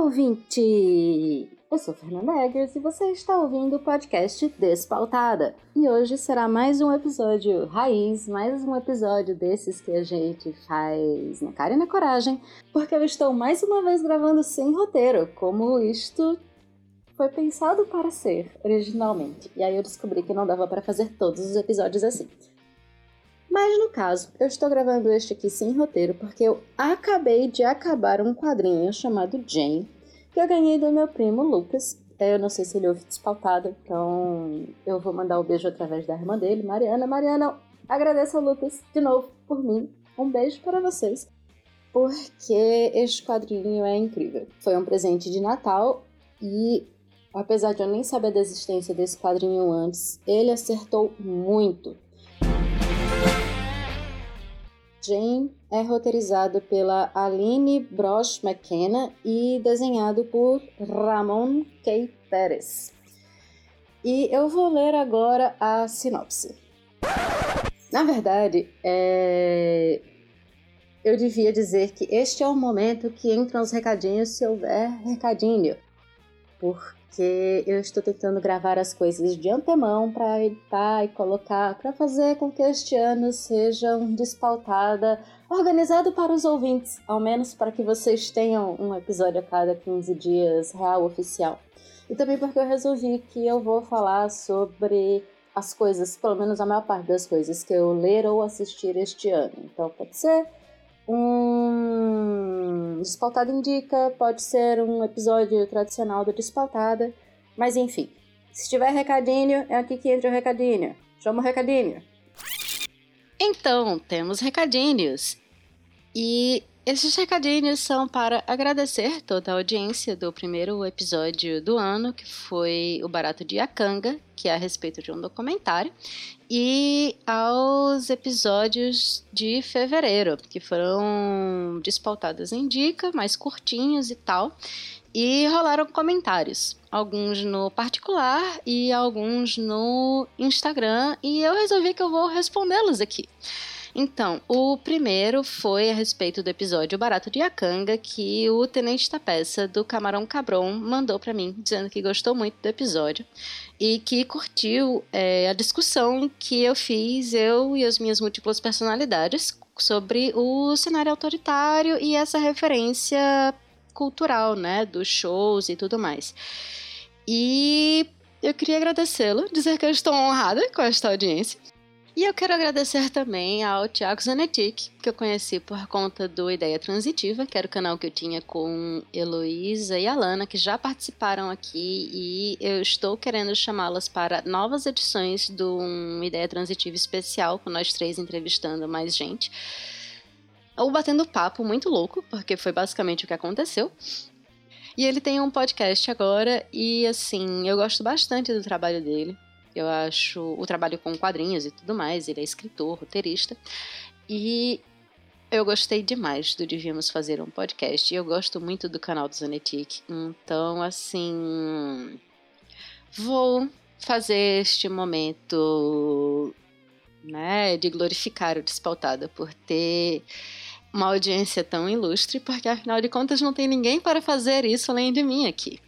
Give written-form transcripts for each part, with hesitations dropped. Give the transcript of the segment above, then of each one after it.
ouvinte! Eu sou Fernanda Eggers e você está ouvindo o podcast Despautada. E hoje será mais um episódio raiz, mais um episódio desses que a gente faz na cara e na coragem, porque eu estou mais uma vez gravando sem roteiro, como isto foi pensado para ser originalmente. E aí eu descobri que não dava para fazer todos os episódios assim. Mas no caso, eu estou gravando este aqui sem roteiro porque eu acabei de acabar um quadrinho chamado Jane, que eu ganhei do meu primo Lucas. Eu não sei se ele ouve Despautada, então eu vou mandar um beijo através da irmã dele, Mariana. Mariana, agradeço ao Lucas de novo por mim. Um beijo para vocês, porque este quadrinho é incrível. Foi um presente de Natal e, apesar de eu nem saber da existência desse quadrinho antes, ele acertou muito. Jane é roteirizado pela Aline Brosh McKenna e desenhado por Ramon K. Pérez. E eu vou ler agora a sinopse. Na verdade, eu devia dizer que este é o momento que entram os recadinhos se houver recadinho. Porque eu estou tentando gravar as coisas de antemão para editar e colocar, para fazer com que este ano seja um Despautada organizado para os ouvintes, ao menos para que vocês tenham um episódio a cada 15 dias real, oficial. E também porque eu resolvi que eu vou falar sobre as coisas, pelo menos a maior parte das coisas que eu ler ou assistir este ano. Então pode ser um Despautada Indica, pode ser um episódio tradicional do Despautada, mas enfim, se tiver recadinho, é aqui que entra o recadinho. Chama o recadinho. Então, temos recadinhos. E esses recadinhos são para agradecer toda a audiência do primeiro episódio do ano, que foi o Barato de Iacanga, que é a respeito de um documentário, e aos episódios de fevereiro, que foram Despautadas Indica, mais curtinhos e tal, e rolaram comentários, alguns no particular e alguns no Instagram, e eu resolvi que eu vou respondê-los aqui. Então, o primeiro foi a respeito do episódio Barato de Iacanga, que o Tenente Tapeça do Camarão Cabron mandou pra mim, dizendo que gostou muito do episódio e que curtiu a discussão que eu fiz, eu e as minhas múltiplas personalidades, sobre o cenário autoritário e essa referência cultural, né, dos shows e tudo mais. E eu queria agradecê-lo, dizer que eu estou honrada com esta audiência. E eu quero agradecer também ao Thiago Zanetic, que eu conheci por conta do Ideia Transitiva, que era o canal que eu tinha com Heloísa e Alana, que já participaram aqui, e eu estou querendo chamá-las para novas edições do Ideia Transitiva especial, com nós três entrevistando mais gente. Ou batendo papo muito louco, porque foi basicamente o que aconteceu. E ele tem um podcast agora, e assim, eu gosto bastante do trabalho dele. Eu acho o trabalho com quadrinhos e tudo mais, ele é escritor, roteirista, e eu gostei demais do Devíamos Fazer um Podcast, e eu gosto muito do canal do Zanetic, então, assim, vou fazer este momento, né, de glorificar o Despautada por ter uma audiência tão ilustre, porque afinal de contas não tem ninguém para fazer isso além de mim aqui.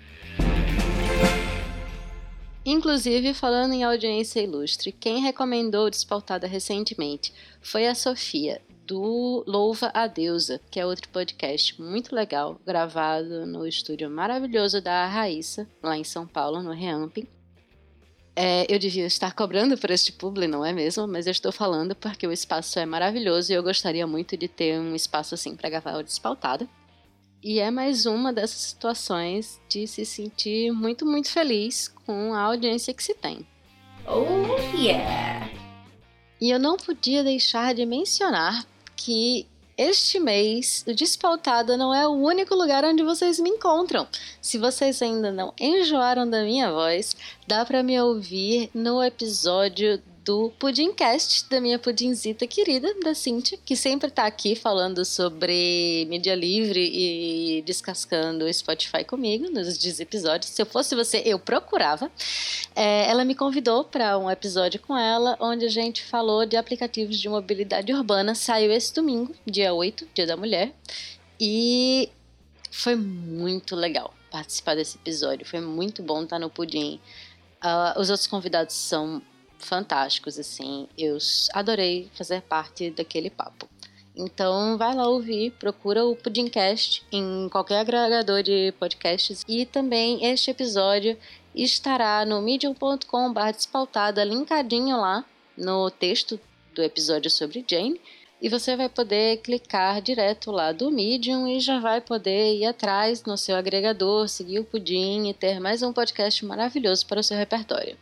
Inclusive, falando em audiência ilustre, quem recomendou Despautada recentemente foi a Sofia, do Louva a Deusa, que é outro podcast muito legal, gravado no estúdio maravilhoso da Raíssa, lá em São Paulo, no Reamping. Eu devia estar cobrando por este publi, não é mesmo? Mas eu estou falando porque o espaço é maravilhoso e eu gostaria muito de ter um espaço assim para gravar o Despautada. E é mais uma dessas situações de se sentir muito, muito feliz com a audiência que se tem. Oh, yeah! E eu não podia deixar de mencionar que este mês o Despautada não é o único lugar onde vocês me encontram. Se vocês ainda não enjoaram da minha voz, dá para me ouvir no episódio do Pudimcast, da minha pudinzita querida, da Cíntia, que sempre tá aqui falando sobre mídia livre e descascando o Spotify comigo nos episódios. Se eu fosse você, eu procurava. Ela me convidou para um episódio com ela, onde a gente falou de aplicativos de mobilidade urbana. Saiu esse domingo, dia 8, Dia da Mulher. E Foi muito legal participar desse episódio, foi muito bom estar no Pudim. Os outros convidados são fantásticos, assim, eu adorei fazer parte daquele papo. Então vai lá ouvir, procura o Pudimcast em qualquer agregador de podcasts. E também este episódio estará no medium.com/despautada, linkadinho lá no texto do episódio sobre Jane. E você vai poder clicar direto lá do Medium e já vai poder ir atrás no seu agregador, seguir o Pudim e ter mais um podcast maravilhoso para o seu repertório.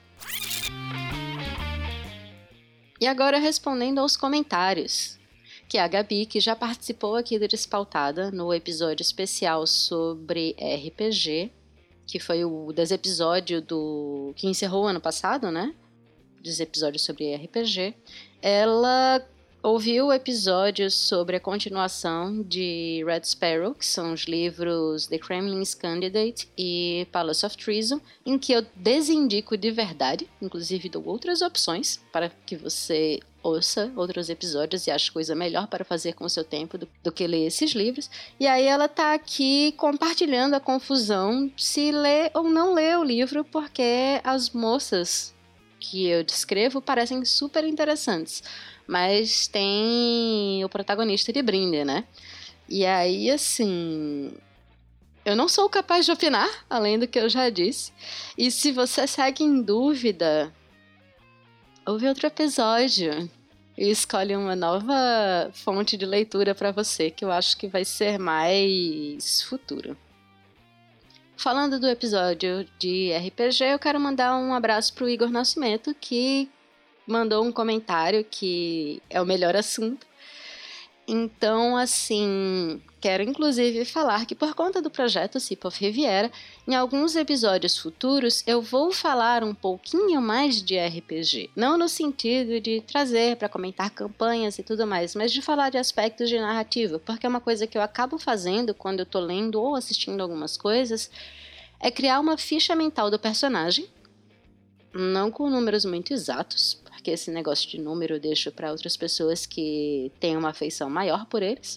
E agora respondendo aos comentários, que é a Gabi, que já participou aqui do Despautada no episódio especial sobre RPG, que foi o desepisódio que encerrou o ano passado, né? Dos episódios sobre RPG. Ela ouviu o episódio sobre a continuação de Red Sparrow, que são os livros The Kremlin's Candidate e Palace of Treason, em que eu desindico de verdade, inclusive dou outras opções para que você ouça outros episódios e ache coisa melhor para fazer com o seu tempo do que ler esses livros. E aí ela tá aqui compartilhando a confusão se ler ou não ler o livro, porque as moças que eu descrevo parecem super interessantes. Mas tem o protagonista de brinde, né? E aí, assim, eu não sou capaz de opinar, além do que eu já disse. E se você segue em dúvida, ouve outro episódio e escolhe uma nova fonte de leitura para você, que eu acho que vai ser mais futuro. Falando do episódio de RPG, eu quero mandar um abraço pro Igor Nascimento, que mandou um comentário que é o melhor assunto. Então, assim, quero inclusive falar que por conta do projeto Sip of Riviera, em alguns episódios futuros eu vou falar um pouquinho mais de RPG. Não no sentido de trazer para comentar campanhas e tudo mais, mas de falar de aspectos de narrativa, porque é uma coisa que eu acabo fazendo quando eu tô lendo ou assistindo algumas coisas, é criar uma ficha mental do personagem, não com números muito exatos, porque esse negócio de número eu deixo para outras pessoas que têm uma afeição maior por eles.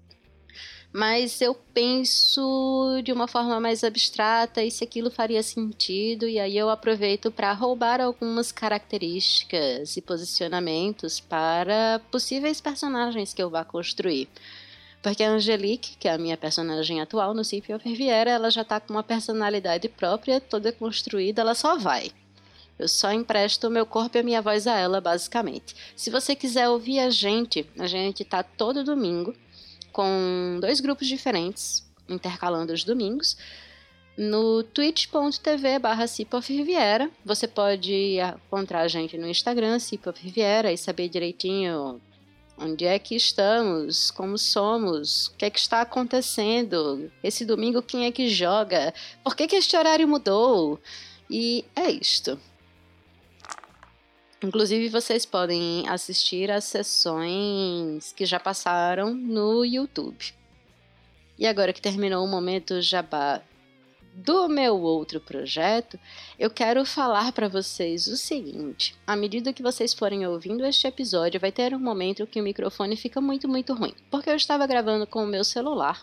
Mas eu penso de uma forma mais abstrata e se aquilo faria sentido, e aí eu aproveito para roubar algumas características e posicionamentos para possíveis personagens que eu vá construir. Porque a Angelique, que é a minha personagem atual no Sip of Riviera, ela já tá com uma personalidade própria, toda construída, ela só vai. Eu só empresto o meu corpo e a minha voz a ela, basicamente. Se você quiser ouvir a gente tá todo domingo com 2 grupos diferentes, intercalando os domingos, no twitch.tv/Sipofriviera. Você pode encontrar a gente no Instagram, Sipofriviera, e saber direitinho onde é que estamos, como somos, o que é que está acontecendo, esse domingo quem é que joga, por que este horário mudou, e é isto. Inclusive, vocês podem assistir às sessões que já passaram no YouTube. E agora que terminou o momento jabá do meu outro projeto, eu quero falar para vocês o seguinte. À medida que vocês forem ouvindo este episódio, vai ter um momento que o microfone fica muito, muito ruim. Porque eu estava gravando com o meu celular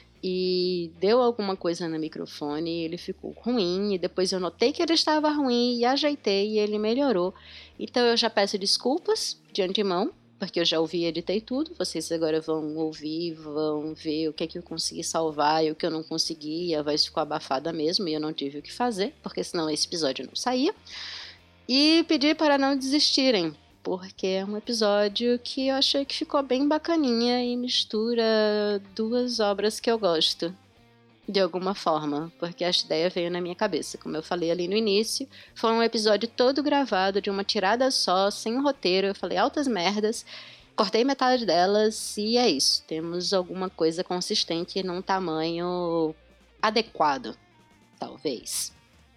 e deu alguma coisa no microfone, ele ficou ruim, e depois eu notei que ele estava ruim e ajeitei e ele melhorou. Então eu já peço desculpas de antemão, porque eu já ouvi e editei tudo. Vocês agora vão ouvir, vão ver o que é que eu consegui salvar e o que eu não consegui, e a voz ficou abafada mesmo e eu não tive o que fazer, porque senão esse episódio não saía. E pedir para não desistirem, porque é um episódio que eu achei que ficou bem bacaninha e mistura 2 obras que eu gosto, de alguma forma, porque essa ideia veio na minha cabeça. Como eu falei ali no início, foi um episódio todo gravado de uma tirada só, sem roteiro, eu falei altas merdas, cortei metade delas e é isso. Temos alguma coisa consistente num tamanho adequado, talvez.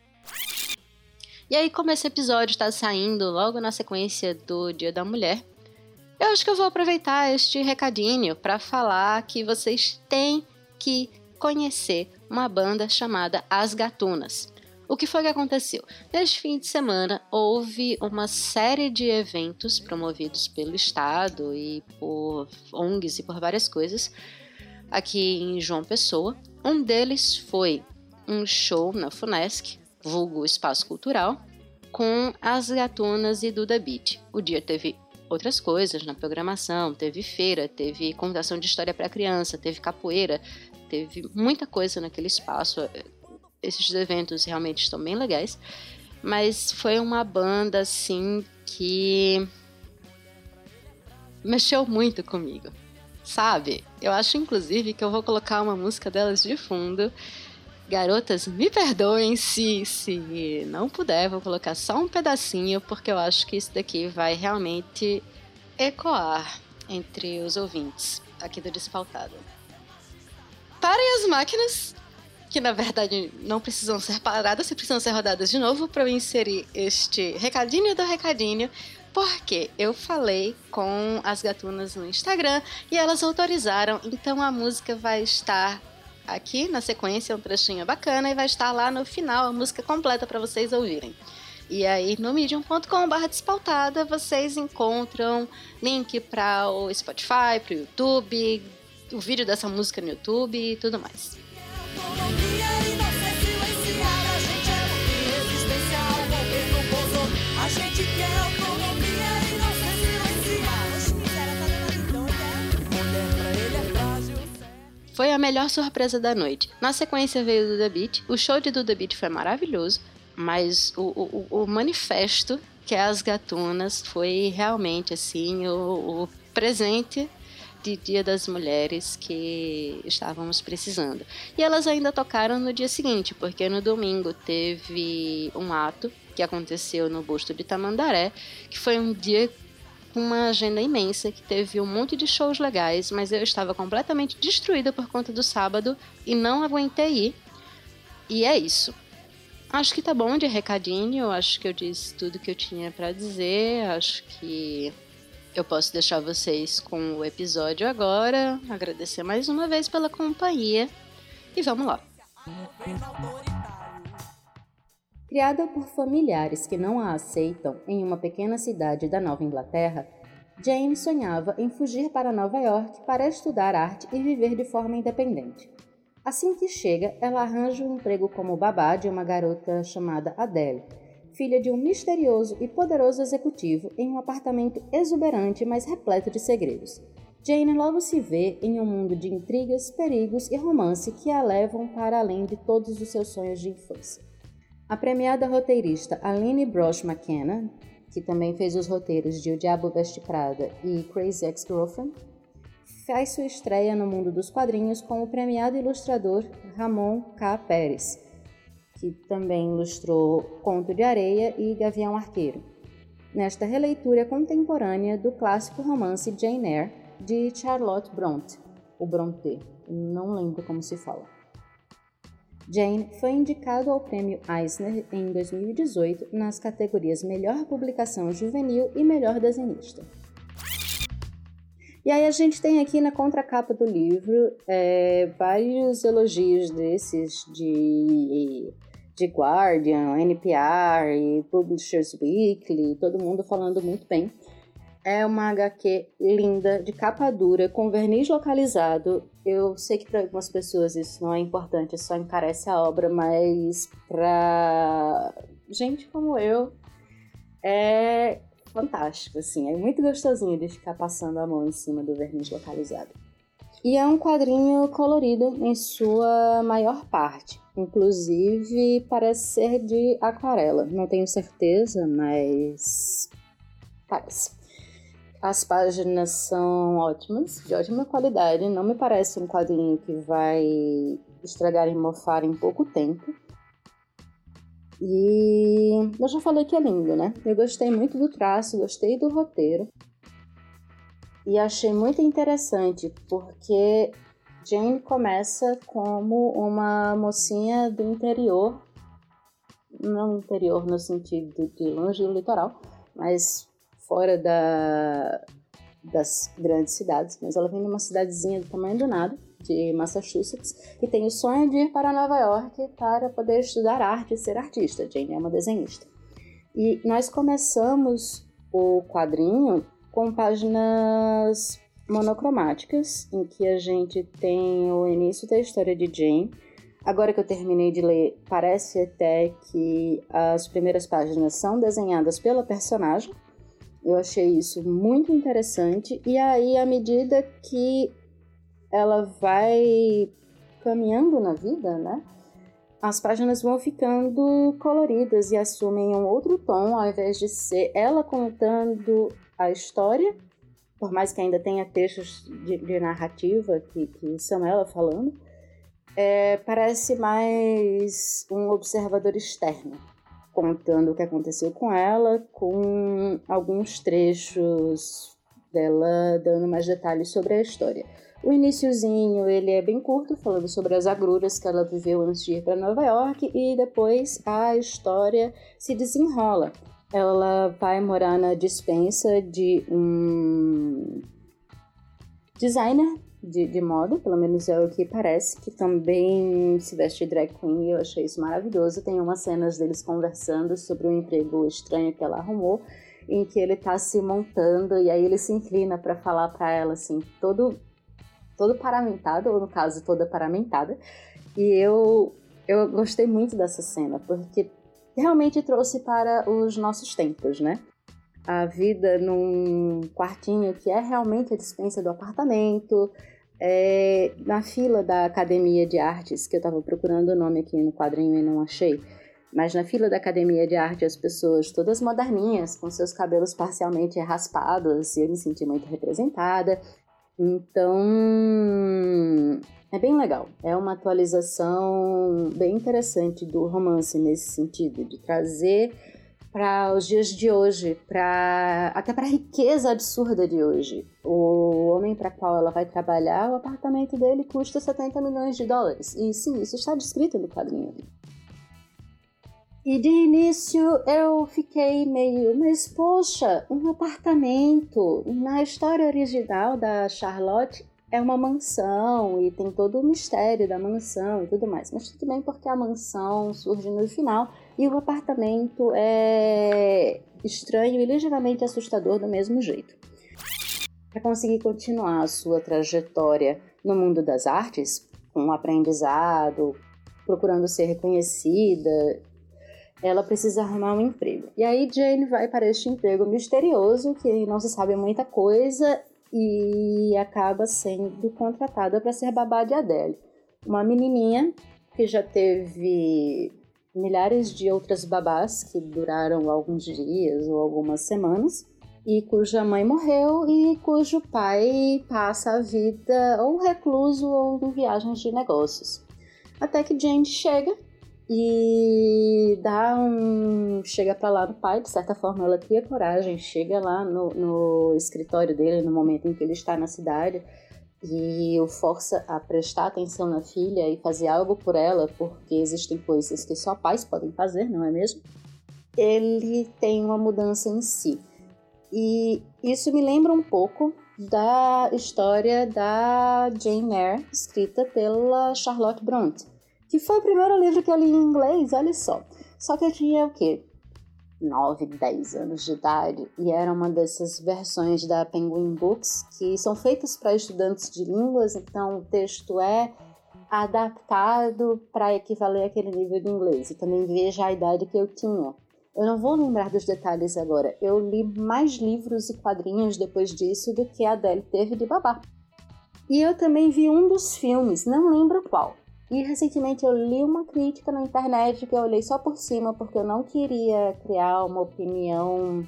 E aí, como esse episódio está saindo logo na sequência do Dia da Mulher, eu acho que eu vou aproveitar este recadinho para falar que vocês têm que conhecer uma banda chamada As Gatunas. O que foi que aconteceu? Neste fim de semana, houve uma série de eventos promovidos pelo Estado e por ONGs e por várias coisas aqui em João Pessoa, Um deles foi um show na FUNESC, vulgo Espaço Cultural, com as Gatunas e Duda Beat. O dia teve outras coisas na programação, teve feira, teve contação de história para criança, teve capoeira, teve muita coisa naquele espaço. Esses eventos realmente estão bem legais, mas foi uma banda assim que mexeu muito comigo, sabe? Eu acho inclusive que eu vou colocar uma música delas de fundo. Garotas, me perdoem se não puder, vou colocar só um pedacinho, porque eu acho que isso daqui vai realmente ecoar entre os ouvintes aqui do Despautada. Parem as máquinas, que na verdade não precisam ser paradas, se precisam ser rodadas de novo, para eu inserir este recadinho do recadinho, porque eu falei com as Gatunas no Instagram e elas autorizaram, então a música vai estar aqui na sequência, um trechinho bacana, e vai estar lá no final a música completa para vocês ouvirem. E aí no medium.com/despautada vocês encontram link para o Spotify, para o YouTube, o vídeo dessa música no YouTube e tudo mais. Foi a melhor surpresa da noite. Na sequência veio o Duda Beat. O show de Duda Beat foi maravilhoso, mas o manifesto que é as Gatunas foi realmente assim o presente de Dia das Mulheres que estávamos precisando. E elas ainda tocaram no dia seguinte, porque no domingo teve um ato que aconteceu no Busto de Tamandaré, que foi um dia com uma agenda imensa, que teve um monte de shows legais, mas eu estava completamente destruída por conta do sábado e não aguentei ir. E é isso. Acho que tá bom de recadinho, acho que eu disse tudo que eu tinha pra dizer, acho que eu posso deixar vocês com o episódio agora, agradecer mais uma vez pela companhia e vamos lá. Criada por familiares que não a aceitam em uma pequena cidade da Nova Inglaterra, Jane sonhava em fugir para Nova York para estudar arte e viver de forma independente. Assim que chega, ela arranja um emprego como babá de uma garota chamada Adele, filha de um misterioso e poderoso executivo em um apartamento exuberante, mas repleto de segredos. Jane logo se vê em um mundo de intrigas, perigos e romance que a levam para além de todos os seus sonhos de infância. A premiada roteirista Aline Brosh McKenna, que também fez os roteiros de O Diabo Veste Prada e Crazy Ex-Girlfriend, faz sua estreia no mundo dos quadrinhos com o premiado ilustrador Ramon K. Pérez, que também ilustrou Conto de Areia e Gavião Arqueiro, nesta releitura contemporânea do clássico romance Jane Eyre, de Charlotte Brontë, ou Brontë, não lembro como se fala. Jane foi indicado ao Prêmio Eisner em 2018 nas categorias Melhor Publicação Juvenil e Melhor Desenhista. E aí a gente tem aqui na contracapa do livro vários elogios desses de Guardian, NPR e Publishers Weekly, todo mundo falando muito bem. É uma HQ linda, de capa dura, com verniz localizado. Eu sei que para algumas pessoas isso não é importante, só encarece a obra, mas para gente como eu é fantástico, assim. É muito gostosinho de ficar passando a mão em cima do verniz localizado. E é um quadrinho colorido em sua maior parte. Inclusive, parece ser de aquarela. Não tenho certeza, mas parece. As páginas são ótimas, de ótima qualidade. Não me parece um quadrinho que vai estragar e mofar em pouco tempo. E eu já falei que é lindo, né? Eu gostei muito do traço, gostei do roteiro. E achei muito interessante, porque Jane começa como uma mocinha do interior. Não interior no sentido de longe do litoral, mas fora das grandes cidades, mas ela vem de uma cidadezinha do tamanho do nada, de Massachusetts, e tem o sonho de ir para Nova York para poder estudar arte e ser artista. Jane é uma desenhista. E nós começamos o quadrinho com páginas monocromáticas, em que a gente tem o início da história de Jane. Agora que eu terminei de ler, parece até que as primeiras páginas são desenhadas pela personagem. Eu achei isso muito interessante. E aí, à medida que ela vai caminhando na vida, né? As páginas vão ficando coloridas e assumem um outro tom, ao invés de ser ela contando a história, por mais que ainda tenha textos de narrativa que são ela falando, parece mais um observador externo, contando o que aconteceu com ela, com alguns trechos dela dando mais detalhes sobre a história. O iniciozinho, ele é bem curto, falando sobre as agruras que ela viveu antes de ir para Nova York, e depois a história se desenrola. Ela vai morar na despensa de um designer de moda, pelo menos é o que parece, que também se veste de drag queen, e eu achei isso maravilhoso. Tem umas cenas deles conversando sobre um emprego estranho que ela arrumou, em que ele tá se montando, e aí ele se inclina para falar para ela, assim, todo paramentado, ou no caso, toda paramentada. E eu gostei muito dessa cena, porque realmente trouxe para os nossos tempos, né? A vida num quartinho que é realmente a despensa do apartamento, na fila da Academia de Artes, que eu estava procurando o nome aqui no quadrinho e não achei, mas na fila da Academia de Arte as pessoas todas moderninhas, com seus cabelos parcialmente raspados, e eu me senti muito representada. Então, é bem legal. É uma atualização bem interessante do romance nesse sentido, de trazer para os dias de hoje, até para a riqueza absurda de hoje. O homem para qual ela vai trabalhar, o apartamento dele custa $70 milhões. E sim, isso está descrito no quadrinho. E de início eu fiquei meio, mas poxa, um apartamento. Na história original da Charlotte é uma mansão e tem todo o mistério da mansão e tudo mais. Mas tudo bem, porque a mansão surge no final e o apartamento é estranho e ligeiramente assustador do mesmo jeito. Para conseguir continuar a sua trajetória no mundo das artes, com um aprendizado, procurando ser reconhecida, ela precisa arrumar um emprego. E aí Jane vai para este emprego misterioso, que não se sabe muita coisa, e acaba sendo contratada para ser babá de Adele. Uma menininha que já teve milhares de outras babás que duraram alguns dias ou algumas semanas, e cuja mãe morreu e cujo pai passa a vida ou recluso ou em viagens de negócios. Até que Jane chega e chega pra lá no pai, de certa forma ela cria coragem, chega lá no escritório dele no momento em que ele está na cidade e o força a prestar atenção na filha e fazer algo por ela, porque existem coisas que só pais podem fazer, não é mesmo? Ele tem uma mudança em si. E isso me lembra um pouco da história da Jane Eyre, escrita pela Charlotte Brontë, que foi o primeiro livro que eu li em inglês, olha só. Só que eu tinha o quê? 9, 10 anos de idade, e era uma dessas versões da Penguin Books que são feitas para estudantes de línguas, então o texto é adaptado para equivaler àquele nível de inglês. E também veja a idade que eu tinha. Eu não vou lembrar dos detalhes agora. Eu li mais livros e quadrinhos depois disso do que a Adele teve de babá. E eu também vi um dos filmes, não lembro qual. E recentemente eu li uma crítica na internet que eu olhei só por cima porque eu não queria criar uma opinião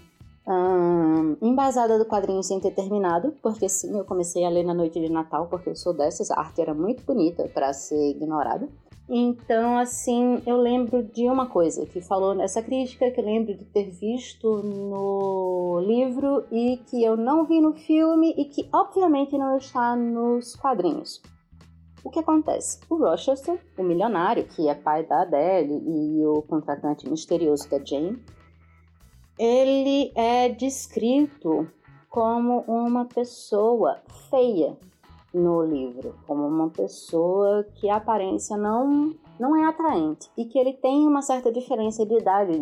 embasada do quadrinho sem ter terminado, porque sim, eu comecei a ler na noite de Natal porque eu sou dessas, a arte era muito bonita para ser ignorada. Então, assim, eu lembro de uma coisa que falou nessa crítica, que eu lembro de ter visto no livro e que eu não vi no filme e que obviamente não está nos quadrinhos. O que acontece? O Rochester, o milionário, que é pai da Adele e o contratante misterioso da Jane, ele é descrito como uma pessoa feia no livro, como uma pessoa que a aparência não é atraente e que ele tem uma certa diferença de idade de Jane. E no início, ela fica, não por conta dele,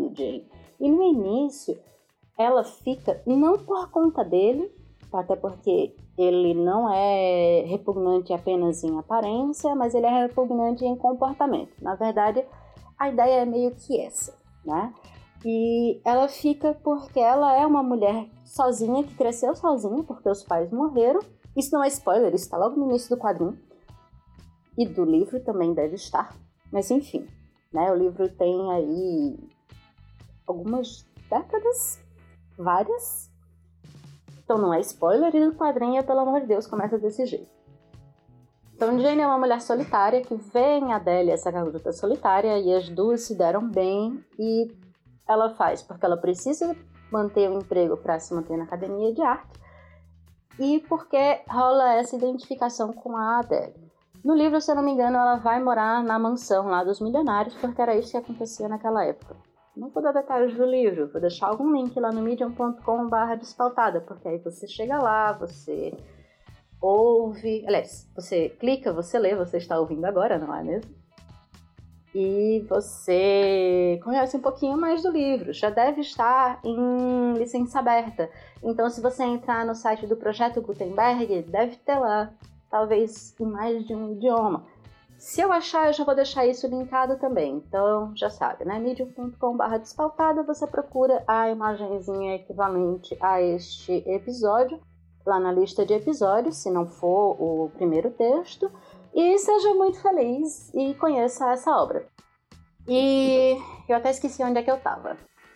até porque ele não é repugnante apenas em aparência, mas ele é repugnante em comportamento. Na verdade, a ideia é meio que essa, né? E ela fica porque ela é uma mulher sozinha, que cresceu sozinha, porque os pais morreram. Isso não é spoiler, isso está logo no início do quadrinho. E do livro também deve estar. Mas enfim, né? O livro tem aí algumas décadas, várias. Então não é spoiler, e o quadrinho, pelo amor de Deus, começa desse jeito. Então Jane é uma mulher solitária que vê em Adélia essa garota solitária e as duas se deram bem e ela faz porque ela precisa manter o emprego para se manter na academia de arte e porque rola essa identificação com a Adélia. No livro, se eu não me engano, ela vai morar na mansão lá dos milionários porque era isso que acontecia naquela época. Não vou dar detalhes do livro, vou deixar algum link lá no medium.com/despautada, porque aí você chega lá, você ouve, aliás, você clica, você lê, você está ouvindo agora, não é mesmo? E você conhece um pouquinho mais do livro, já deve estar em licença aberta. Então, se você entrar no site do Projeto Gutenberg, deve ter lá, talvez em mais de um idioma. Se eu achar, eu já vou deixar isso linkado também. Então, já sabe, né? medium.com/despautada, você procura a imagenzinha equivalente a este episódio, lá na lista de episódios, se não for o primeiro texto. E seja muito feliz e conheça essa obra. E eu até esqueci onde é que eu estava.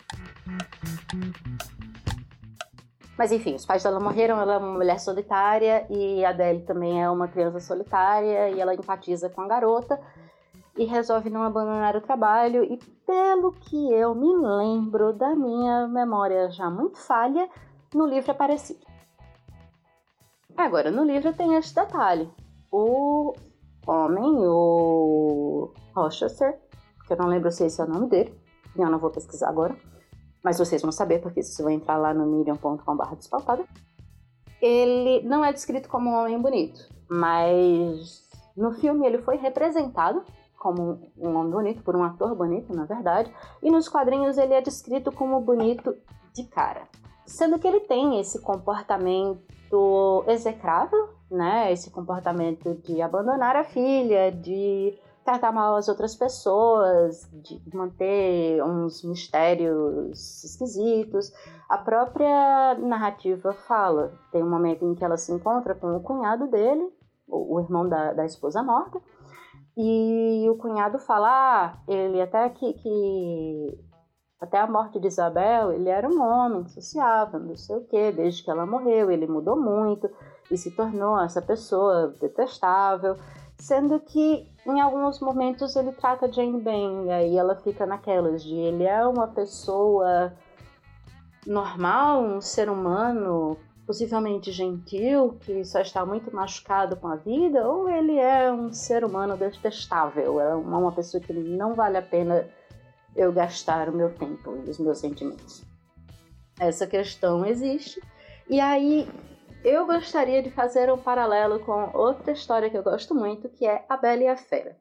Mas enfim, os pais dela morreram, ela é uma mulher solitária e a Adele também é uma criança solitária e ela empatiza com a garota e resolve não abandonar o trabalho e pelo que eu me lembro da minha memória já muito falha, no livro é parecido. Agora, no livro tem este detalhe. O homem, o Rochester, que eu não lembro se esse é o nome dele, eu não vou pesquisar agora, mas vocês vão saber, porque vocês vão entrar lá no medium.com/despautada. Ele não é descrito como um homem bonito, mas no filme ele foi representado como um homem bonito, por um ator bonito, na verdade, e nos quadrinhos ele é descrito como bonito de cara. Sendo que ele tem esse comportamento execrável, né? Esse comportamento de abandonar a filha, de tratar mal as outras pessoas, de manter uns mistérios esquisitos. A própria narrativa fala, tem um momento em que ela se encontra com o cunhado dele, o irmão da esposa morta, e o cunhado fala, ele até até a morte de Isabel, ele era um homem sociável, não sei o quê, desde que ela morreu, ele mudou muito e se tornou essa pessoa detestável, sendo que em alguns momentos ele trata Jane bem, e aí ela fica naquelas de ele é uma pessoa normal, um ser humano, possivelmente gentil, que só está muito machucado com a vida, ou ele é um ser humano detestável, é uma pessoa que não vale a pena eu gastar o meu tempo e os meus sentimentos. Essa questão existe, e aí eu gostaria de fazer um paralelo com outra história que eu gosto muito, que é A Bela e a Fera.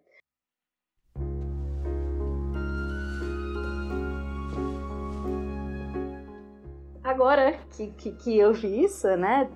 Agora que eu vi isso, né,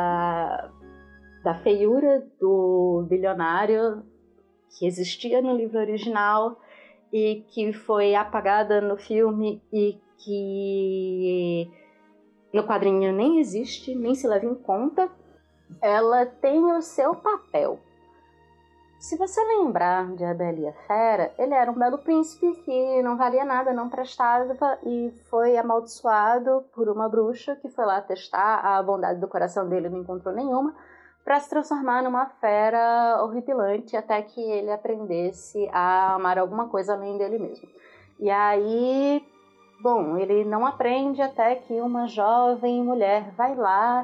da feiura do bilionário que existia no livro original e que foi apagada no filme e que no quadrinho nem existe, nem se leva em conta, ela tem o seu papel. Se você lembrar de A Bela e a Fera, ele era um belo príncipe que não valia nada, não prestava e foi amaldiçoado por uma bruxa que foi lá testar a bondade do coração dele, não encontrou nenhuma, para se transformar numa fera horripilante até que ele aprendesse a amar alguma coisa além dele mesmo. E aí, bom, ele não aprende até que uma jovem mulher vai lá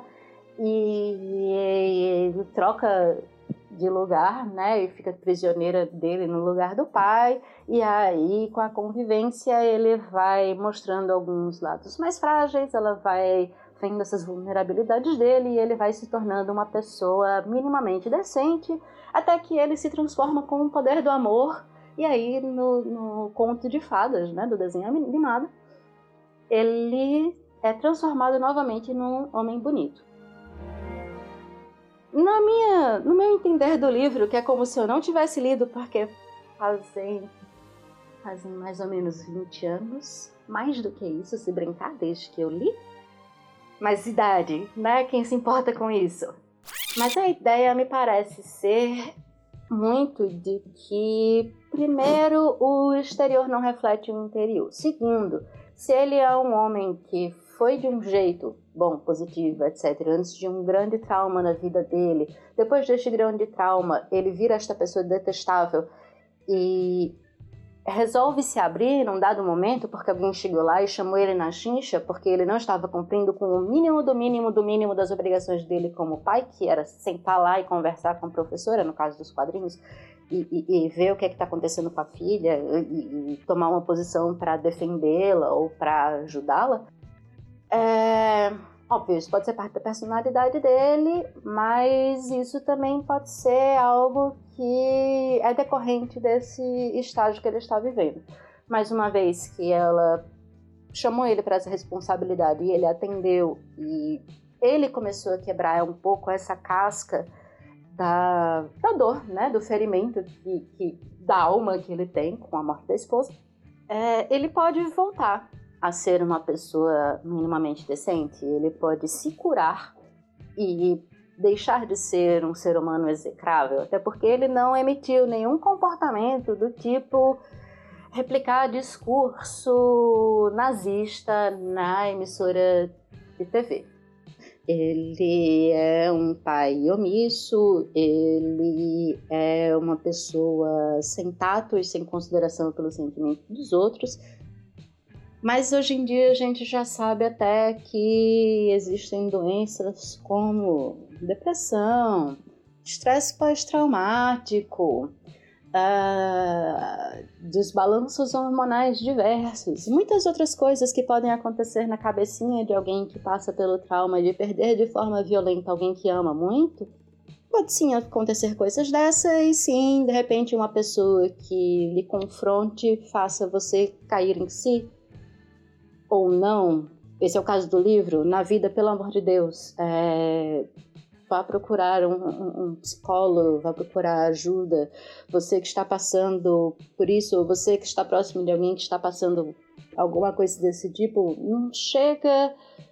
e troca de lugar, né, e fica prisioneira dele no lugar do pai, e aí com a convivência ele vai mostrando alguns lados mais frágeis, ela vai vendo essas vulnerabilidades dele e ele vai se tornando uma pessoa minimamente decente, até que ele se transforma com o poder do amor, e aí no conto de fadas, né, do desenho animado, ele é transformado novamente num homem bonito. no meu entender do livro, que é como se eu não tivesse lido, porque fazem mais ou menos 20 anos, mais do que isso, se brincar, desde que eu li. Mas idade, né? Quem se importa com isso? Mas a ideia me parece ser muito de que, primeiro, o exterior não reflete o interior. Segundo, se ele é um homem que foi de um jeito bom, positivo, etc., antes de um grande trauma na vida dele, depois deste grande trauma, ele vira esta pessoa detestável e resolve se abrir num dado momento porque alguém chegou lá e chamou ele na chincha porque ele não estava cumprindo com o mínimo do mínimo do mínimo das obrigações dele como pai, que era sentar lá e conversar com a professora, no caso dos quadrinhos, e ver o que está acontecendo com a filha e tomar uma posição para defendê-la ou para ajudá-la. Óbvio, isso pode ser parte da personalidade dele, mas isso também pode ser algo que é decorrente desse estágio que ele está vivendo. Mais uma vez que ela chamou ele para essa responsabilidade e ele atendeu, e ele começou a quebrar um pouco essa casca da dor, né, do ferimento da alma que ele tem com a morte da esposa, ele pode voltar a ser uma pessoa minimamente decente, ele pode se curar e deixar de ser um ser humano execrável, até porque ele não emitiu nenhum comportamento do tipo replicar discurso nazista na emissora de TV. Ele é um pai omisso, ele é uma pessoa sem tato e sem consideração pelos sentimentos dos outros. Mas hoje em dia a gente já sabe até que existem doenças como depressão, estresse pós-traumático, desbalanços hormonais diversos, muitas outras coisas que podem acontecer na cabecinha de alguém que passa pelo trauma de perder de forma violenta alguém que ama muito. Pode sim acontecer coisas dessas e sim, de repente uma pessoa que lhe confronte faça você cair em si. Ou não, esse é o caso do livro, na vida, pelo amor de Deus, vá procurar um psicólogo, vá procurar ajuda, você que está passando por isso, ou você que está próximo de alguém que está passando alguma coisa desse tipo, não chega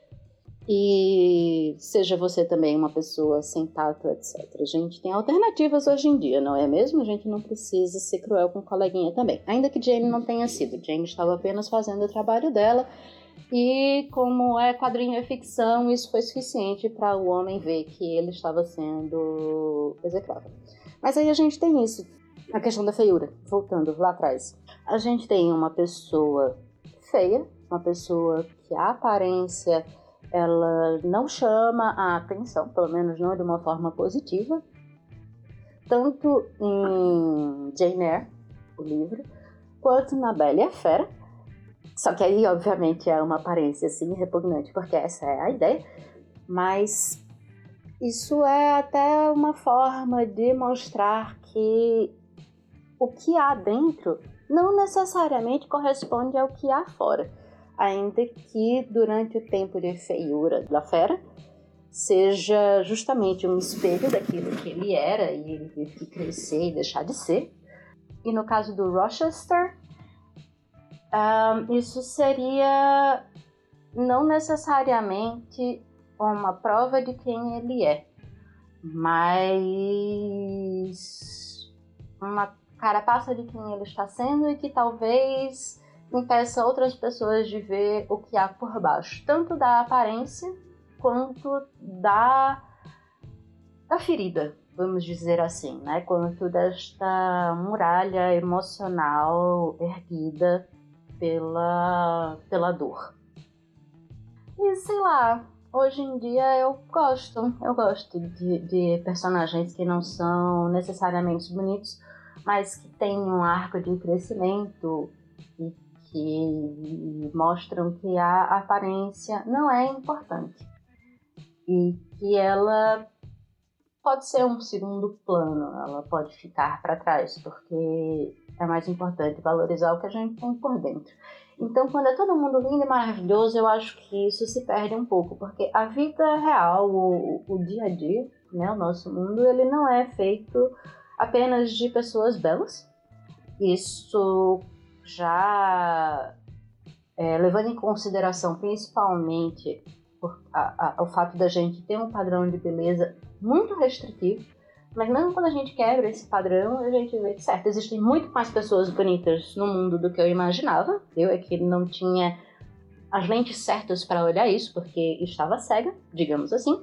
e seja você também uma pessoa sem tato, etc. A gente tem alternativas hoje em dia, não é mesmo? A gente não precisa ser cruel com o coleguinha também. Ainda que Jane não tenha sido. Jane estava apenas fazendo o trabalho dela e, como é quadrinho e ficção, isso foi suficiente para o homem ver que ele estava sendo execrável. Mas aí a gente tem isso, a questão da feiura, voltando lá atrás. A gente tem uma pessoa feia, uma pessoa que a aparência ela não chama a atenção, pelo menos não de uma forma positiva, tanto em Jane Eyre, o livro, quanto na Bela e a Fera. Só que aí, obviamente, é uma aparência assim repugnante, porque essa é a ideia, mas isso é até uma forma de mostrar que o que há dentro não necessariamente corresponde ao que há fora. Ainda que durante o tempo de feiura da fera seja justamente um espelho daquilo que ele era e ele teve que crescer e deixar de ser. E no caso do Rochester, isso seria não necessariamente uma prova de quem ele é, mas uma carapaça de quem ele está sendo e que talvez impeça outras pessoas de ver o que há por baixo, tanto da aparência quanto da ferida, vamos dizer assim, né? Quanto desta muralha emocional erguida pela dor. E sei lá, hoje em dia eu gosto de personagens que não são necessariamente bonitos, mas que têm um arco de crescimento e que mostram que a aparência não é importante e que ela pode ser um segundo plano, ela pode ficar para trás, porque é mais importante valorizar o que a gente tem por dentro. Então, quando é todo mundo lindo e maravilhoso, eu acho que isso se perde um pouco, porque a vida real, o dia a dia, né, o nosso mundo, ele não é feito apenas de pessoas belas. Isso já levando em consideração principalmente o fato da gente ter um padrão de beleza muito restritivo, mas mesmo quando a gente quebra esse padrão, a gente vê que, certo, existem muito mais pessoas bonitas no mundo do que eu imaginava. Eu é que não tinha as lentes certas para olhar isso, porque estava cega, digamos assim.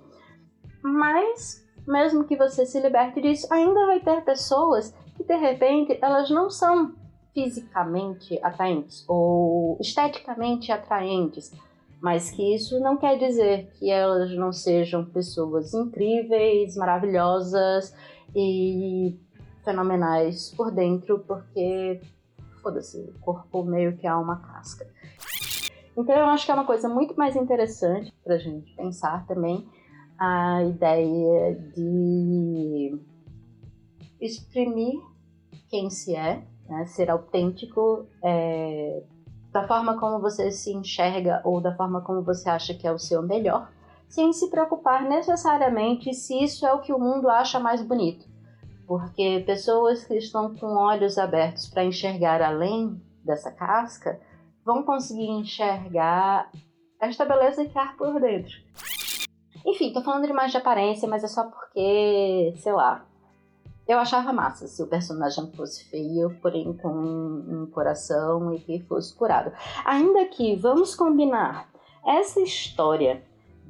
Mas, mesmo que você se liberte disso, ainda vai ter pessoas que, de repente, elas não são fisicamente atraentes ou esteticamente atraentes, mas que isso não quer dizer que elas não sejam pessoas incríveis, maravilhosas e fenomenais por dentro, porque, foda-se, o corpo meio que é uma casca. Então eu acho que é uma coisa muito mais interessante pra gente pensar também a ideia de exprimir quem se é, né, ser autêntico, da forma como você se enxerga ou da forma como você acha que é o seu melhor, sem se preocupar necessariamente se isso é o que o mundo acha mais bonito. Porque pessoas que estão com olhos abertos para enxergar além dessa casca vão conseguir enxergar esta beleza que há por dentro. Enfim, tô falando demais de aparência, mas é só porque, sei lá, eu achava massa se o personagem fosse feio, porém com um coração e que fosse curado. Ainda que, vamos combinar, essa história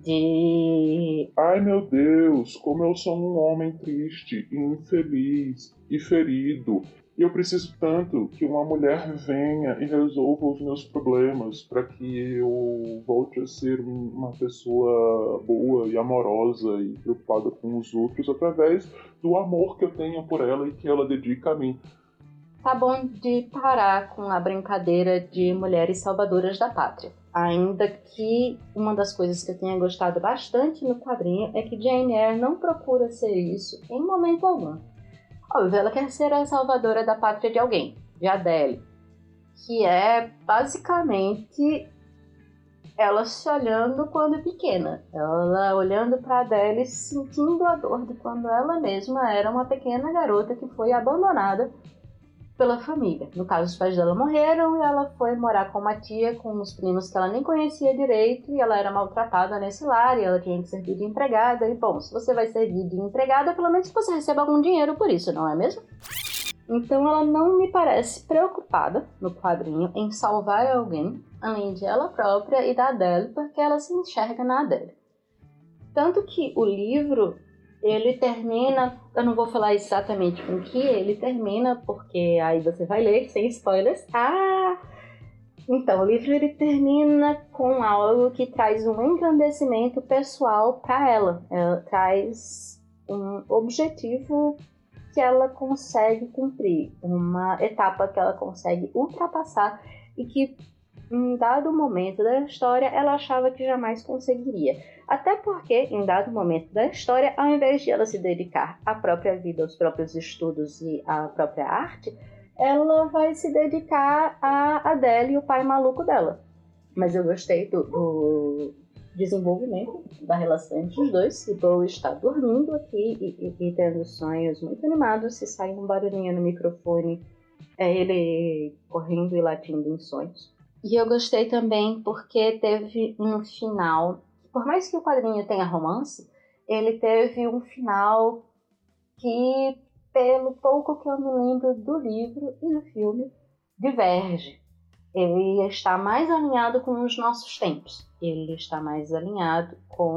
de... Ai meu Deus, como eu sou um homem triste e infeliz e ferido. E eu preciso tanto que uma mulher venha e resolva os meus problemas para que eu volte a ser uma pessoa boa e amorosa e preocupada com os outros através do amor que eu tenho por ela e que ela dedica a mim. Tá bom de parar com a brincadeira de mulheres salvadoras da pátria. Ainda que uma das coisas que eu tenha gostado bastante no quadrinho é que Jane Eyre não procura ser isso em momento algum. Óbvio, ela quer ser a salvadora da pátria de alguém, de Adele, que é basicamente ela se olhando quando pequena, ela olhando para Adele sentindo a dor de quando ela mesma era uma pequena garota que foi abandonada pela família. No caso, os pais dela morreram e ela foi morar com uma tia, com os primos que ela nem conhecia direito, e ela era maltratada nesse lar, e ela tinha que servir de empregada. E bom, se você vai servir de empregada, pelo menos você receba algum dinheiro por isso, não é mesmo? Então ela não me parece preocupada no quadrinho em salvar alguém, além de ela própria e da Adele, porque ela se enxerga na Adele. Tanto que o livro, ele termina, eu não vou falar exatamente com que ele termina, porque aí você vai ler sem spoilers. Então, o livro ele termina com algo que traz um engrandecimento pessoal para ela. Ela traz um objetivo que ela consegue cumprir, uma etapa que ela consegue ultrapassar e que em dado momento da história ela achava que jamais conseguiria. Até porque, em dado momento da história, ao invés de ela se dedicar à própria vida, aos próprios estudos e à própria arte, ela vai se dedicar a Adele e o pai maluco dela. Mas eu gostei do desenvolvimento da relação entre os dois. O Bo está dormindo aqui e tendo sonhos muito animados. Se sai um barulhinho no microfone, é ele correndo e latindo em sonhos. E eu gostei também porque teve um final, por mais que o quadrinho tenha romance, ele teve um final que, pelo pouco que eu me lembro do livro e do filme, diverge. Ele está mais alinhado com os nossos tempos. Ele está mais alinhado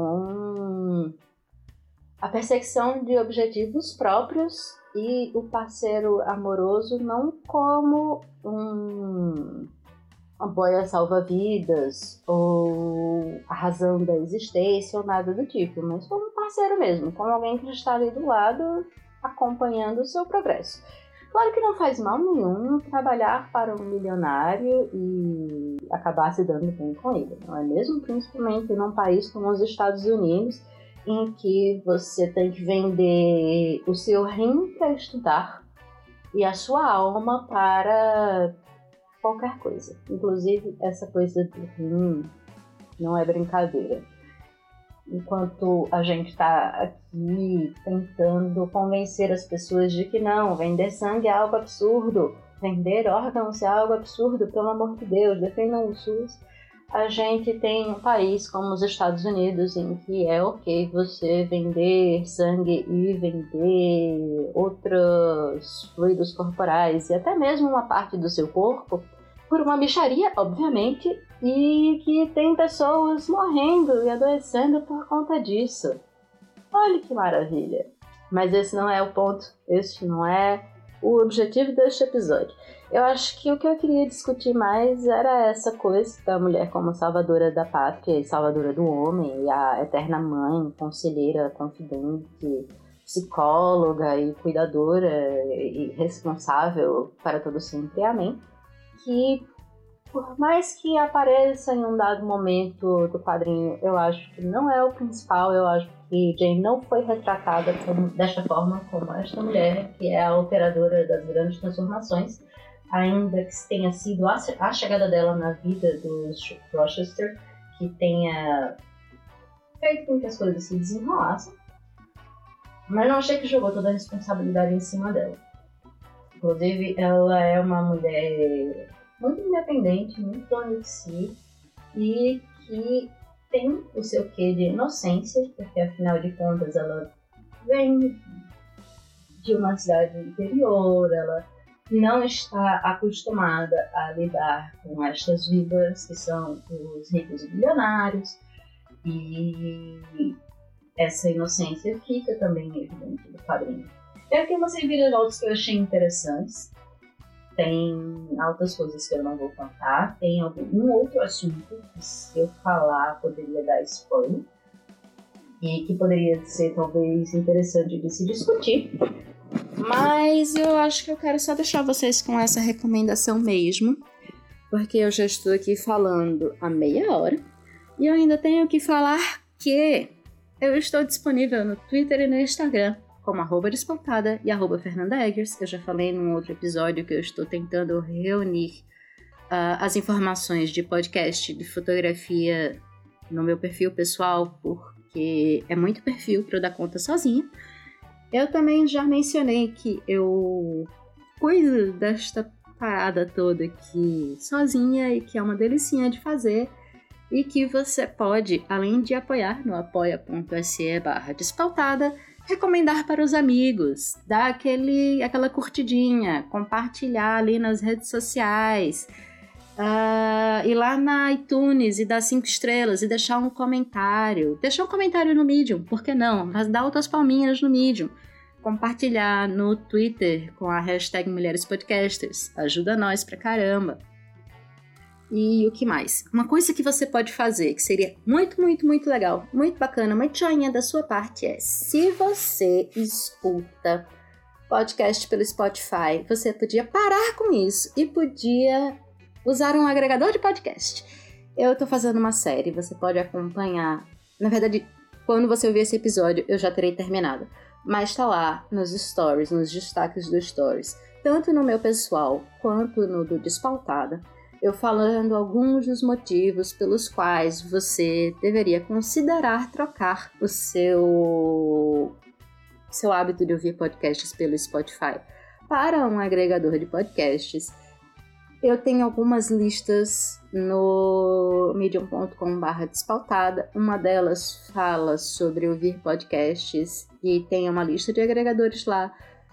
com a perseguição de objetivos próprios e o parceiro amoroso não como uma boia salva-vidas ou a razão da existência ou nada do tipo, mas como um parceiro mesmo, como alguém que está ali do lado acompanhando o seu progresso. Claro que não faz mal nenhum trabalhar para um milionário e acabar se dando bem com ele, não é mesmo? Principalmente num país como os Estados Unidos, em que você tem que vender o seu rim para estudar e a sua alma para qualquer coisa. Inclusive, essa coisa do rim não é brincadeira. Enquanto a gente está aqui tentando convencer as pessoas de que não, vender sangue é algo absurdo, vender órgãos é algo absurdo, pelo amor de Deus, defendam o SUS. A gente tem um país como os Estados Unidos em que é ok você vender sangue e vender outros fluidos corporais e até mesmo uma parte do seu corpo por uma mixaria, obviamente, e que tem pessoas morrendo e adoecendo por conta disso. Olha que maravilha! Mas esse não é o ponto, esse não é o objetivo deste episódio. Eu acho que o que eu queria discutir mais era essa coisa da mulher como salvadora da pátria e salvadora do homem, e a eterna mãe, conselheira, confidente, psicóloga e cuidadora e responsável para todo sempre. Amém. Que, por mais que apareça em um dado momento do quadrinho, eu acho que não é o principal. Eu acho que Jane não foi retratada desta forma como esta mulher, que é a operadora das grandes transformações, ainda que tenha sido a chegada dela na vida dos Rochester que tenha feito com que as coisas se desenrolassem. Mas não achei que jogou toda a responsabilidade em cima dela. Inclusive, ela é uma mulher muito independente, muito dona de si, e que tem o seu quê de inocência, porque afinal de contas ela vem de uma cidade interior, ela não está acostumada a lidar com estas vidas que são os ricos e bilionários, e essa inocência fica também evidente do quadrinho. Tem umas reviravoltas que eu achei interessantes, tem altas coisas que eu não vou contar, tem algum outro assunto que, se eu falar, poderia dar spoiler, e que poderia ser talvez interessante de se discutir. Mas eu acho que eu quero só deixar vocês com essa recomendação mesmo, porque eu já estou aqui falando há meia hora e eu ainda tenho que falar que eu estou disponível no Twitter e no Instagram como @despontada e @FernandaEggers. Eu já falei num outro episódio que eu estou tentando reunir as informações de podcast, de fotografia no meu perfil pessoal, porque é muito perfil para eu dar conta sozinha. Eu também já mencionei que eu cuido desta parada toda aqui sozinha e que é uma delicinha de fazer, e que você pode, além de apoiar no apoia.se/despautada, recomendar para os amigos, dar aquela curtidinha, compartilhar ali nas redes sociais, ir lá na iTunes e dar 5 estrelas e deixar um comentário. Deixar um comentário no Medium, por que não? Mas dá outras palminhas no Medium. Compartilhar no Twitter com a hashtag MulheresPodcasters. Ajuda nós pra caramba. E o que mais? Uma coisa que você pode fazer, que seria muito, muito, muito legal, muito bacana, muito joinha da sua parte é, se você escuta podcast pelo Spotify, você podia parar com isso e podia usar um agregador de podcast. Eu tô fazendo uma série, você pode acompanhar. Na verdade, quando você ouvir esse episódio, eu já terei terminado. Mas tá lá nos stories, nos destaques dos stories, tanto no meu pessoal quanto no do Despautada, eu falando alguns dos motivos pelos quais você deveria considerar trocar o seu hábito de ouvir podcasts pelo Spotify para um agregador de podcasts. Eu tenho algumas listas no medium.com/despautada. Uma delas fala sobre ouvir podcasts e tem uma lista de agregadores lá.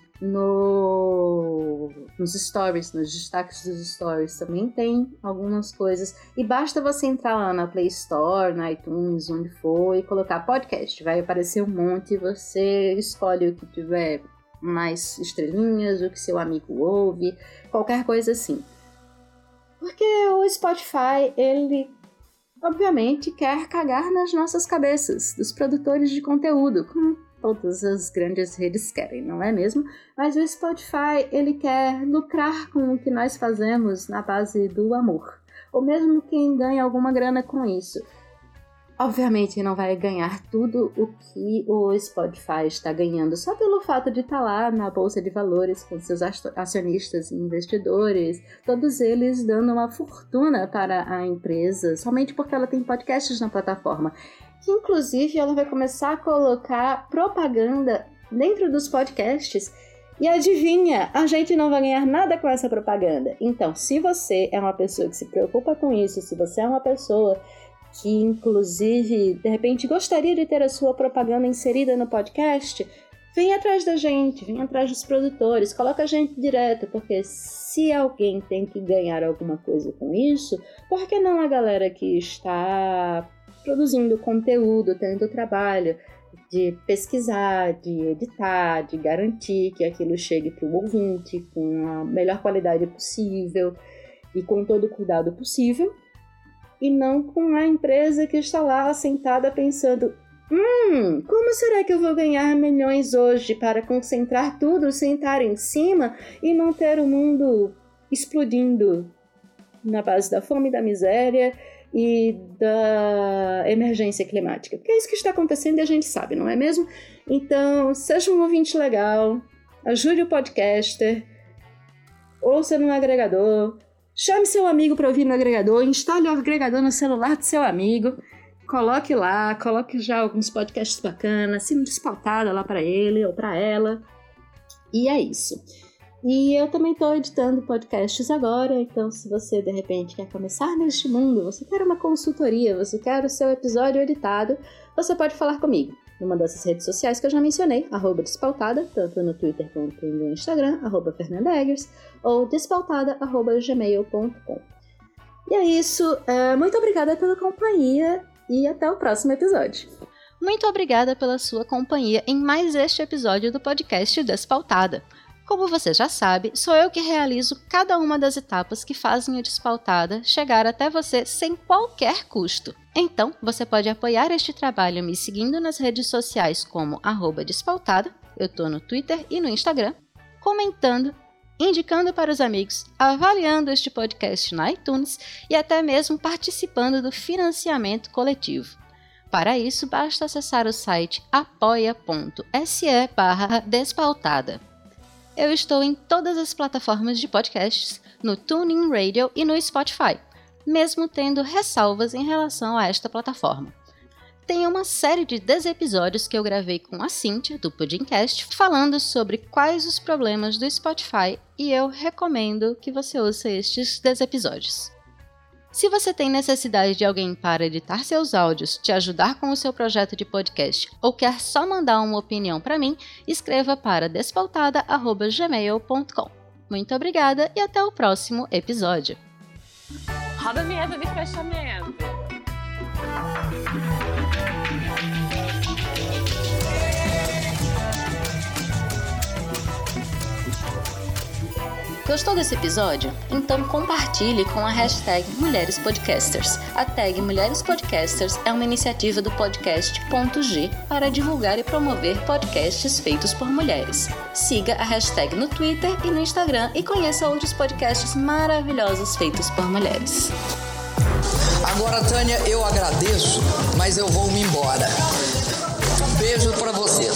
Nos stories, nos destaques dos stories também tem algumas coisas. E basta você entrar lá na Play Store, na iTunes, onde for, e colocar podcast. Vai aparecer um monte, você escolhe o que tiver mais estrelinhas, o que seu amigo ouve, qualquer coisa assim. Porque o Spotify, ele obviamente quer cagar nas nossas cabeças, dos produtores de conteúdo, como todas as grandes redes querem, não é mesmo? Mas o Spotify, ele quer lucrar com o que nós fazemos na base do amor. Ou mesmo quem ganha alguma grana com isso. obviamente não vai ganhar tudo o que o Spotify está ganhando só pelo fato de estar lá na Bolsa de Valores com seus acionistas e investidores, todos eles dando uma fortuna para a empresa, somente porque ela tem podcasts na plataforma. Inclusive, ela vai começar a colocar propaganda dentro dos podcasts. E adivinha, a gente não vai ganhar nada com essa propaganda. Então, se você é uma pessoa que se preocupa com isso, se você é uma pessoa que, inclusive, de repente gostaria de ter a sua propaganda inserida no podcast, vem atrás da gente, vem atrás dos produtores, coloca a gente direto, porque se alguém tem que ganhar alguma coisa com isso, por que não a galera que está produzindo conteúdo, tendo trabalho de pesquisar, de editar, de garantir que aquilo chegue para o ouvinte com a melhor qualidade possível e com todo o cuidado possível, e não com a empresa que está lá sentada pensando: como será que eu vou ganhar milhões hoje para concentrar tudo, sentar em cima e não ter o mundo explodindo na base da fome e da miséria e da emergência climática? Porque é isso que está acontecendo e a gente sabe, não é mesmo? Então, seja um ouvinte legal, ajude o podcaster, ouça no agregador, chame seu amigo para ouvir no agregador, instale o agregador no celular do seu amigo, coloque lá, coloque já alguns podcasts bacanas, assine Despautada lá para ele ou para ela, e é isso. E eu também estou editando podcasts agora, então se você de repente quer começar neste mundo, você quer uma consultoria, você quer o seu episódio editado, você pode falar comigo numa dessas redes sociais que eu já mencionei, @despautada, tanto no Twitter quanto no Instagram, @fernandaeggers, ou despautada@gmail.com. E é isso, muito obrigada pela companhia e até o próximo episódio. Muito obrigada pela sua companhia em mais este episódio do podcast Despautada. Como você já sabe, sou eu que realizo cada uma das etapas que fazem o Despautada chegar até você sem qualquer custo. Então, você pode apoiar este trabalho me seguindo nas redes sociais como @despautada, eu tô no Twitter e no Instagram, comentando, indicando para os amigos, avaliando este podcast na iTunes e até mesmo participando do financiamento coletivo. Para isso, basta acessar o site apoia.se/despautada. Eu estou em todas as plataformas de podcasts, no TuneIn Radio e no Spotify, mesmo tendo ressalvas em relação a esta plataforma. Tem uma série de 10 episódios que eu gravei com a Cíntia, do Pudimcast, falando sobre quais os problemas do Spotify, e eu recomendo que você ouça estes 10 episódios. Se você tem necessidade de alguém para editar seus áudios, te ajudar com o seu projeto de podcast ou quer só mandar uma opinião para mim, escreva para despautada@gmail.com. Muito obrigada e até o próximo episódio. Roda a vinheta de fechamento. Gostou desse episódio? Então compartilhe com a hashtag Mulheres Podcasters. A tag Mulheres Podcasters é uma iniciativa do podcast .g para divulgar e promover podcasts feitos por mulheres. Siga a hashtag no Twitter e no Instagram e conheça outros podcasts maravilhosos feitos por mulheres. Agora, Tânia, eu agradeço, mas eu vou me embora. Beijo pra vocês.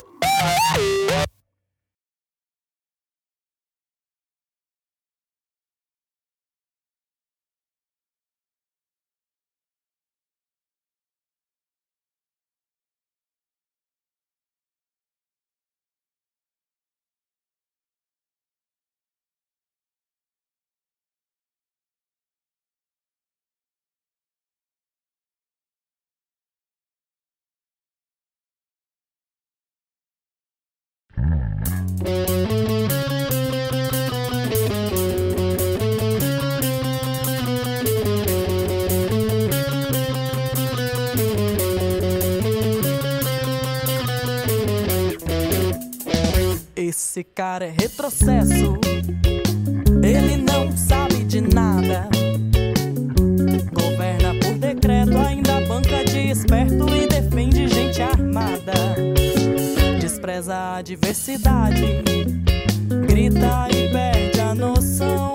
Esse cara é retrocesso, ele não sabe de nada. Governa por decreto, ainda banca de esperto e defende gente armada. Despreza a diversidade, grita e perde a noção.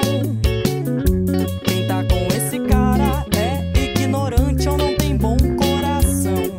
Quem tá com esse cara é ignorante ou não tem bom coração.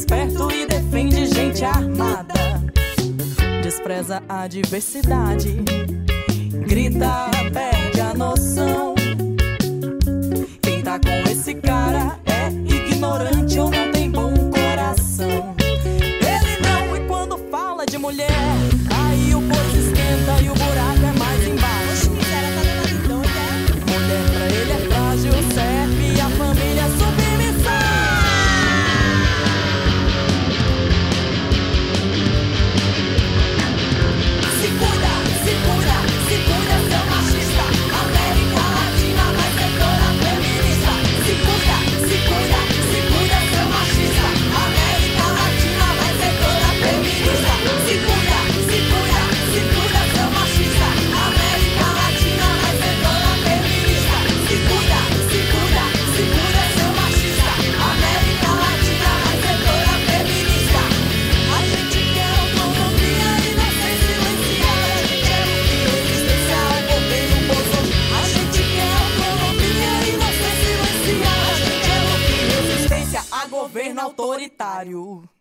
esperto e defende gente armada. Despreza a diversidade, grita, perde a noção. Quem tá com esse cara é ignorante ou não tem bom coração. Ele não, e quando fala de mulher, aí o poço esquenta e o buraco é mais embaixo. Mulher pra ele é frágil, serve a família submissão. Se cuida, seu machista. América Latina vai ser toda feminista. Se cuida, seu machista. América Latina vai ser toda feminista. Se cuida, seu machista. América Latina vai ser toda feminista. Se cuida, seu machista. América Latina vai ser toda feminista. A gente quer autonomia e não ser silenciada. A gente é resistência ao governo Bolsonaro. A gente quer autonomia e não ser silenciada. A gente é resistência a governo autoritário.